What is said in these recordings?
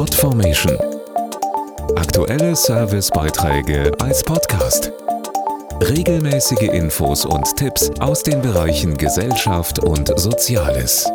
Podformation. Aktuelle Servicebeiträge als Podcast. Regelmäßige Infos und Tipps aus den Bereichen Gesellschaft und Soziales.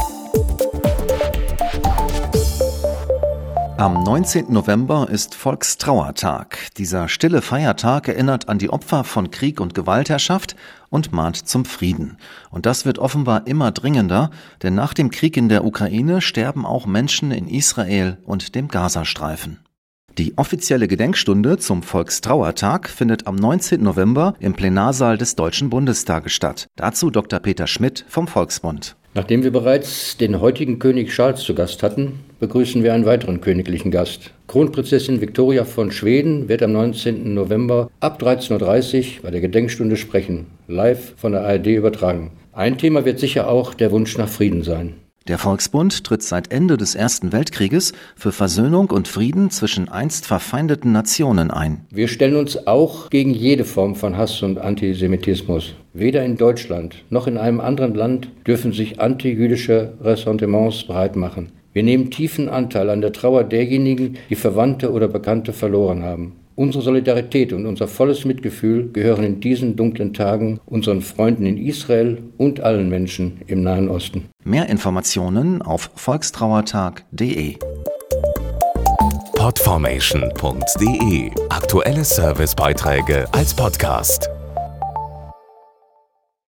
Am 19. November ist Volkstrauertag. Dieser stille Feiertag erinnert an die Opfer von Krieg und Gewaltherrschaft und mahnt zum Frieden. Und das wird offenbar immer dringender, denn nach dem Krieg in der Ukraine sterben auch Menschen in Israel und dem Gazastreifen. Die offizielle Gedenkstunde zum Volkstrauertag findet am 19. November im Plenarsaal des Deutschen Bundestages statt. Dazu Dr. Peter Schmidt vom Volksbund. Nachdem wir bereits den heutigen König Charles zu Gast hatten, begrüßen wir einen weiteren königlichen Gast. Kronprinzessin Victoria von Schweden wird am 19. November ab 13.30 Uhr bei der Gedenkstunde sprechen, live von der ARD übertragen. Ein Thema wird sicher auch der Wunsch nach Frieden sein. Der Volksbund tritt seit Ende des Ersten Weltkrieges für Versöhnung und Frieden zwischen einst verfeindeten Nationen ein. Wir stellen uns auch gegen jede Form von Hass und Antisemitismus. Weder in Deutschland noch in einem anderen Land dürfen sich antijüdische Ressentiments breitmachen. Wir nehmen tiefen Anteil an der Trauer derjenigen, die Verwandte oder Bekannte verloren haben. Unsere Solidarität und unser volles Mitgefühl gehören in diesen dunklen Tagen unseren Freunden in Israel und allen Menschen im Nahen Osten. Mehr Informationen auf volkstrauertag.de. Podformation.de. Aktuelle Servicebeiträge als Podcast.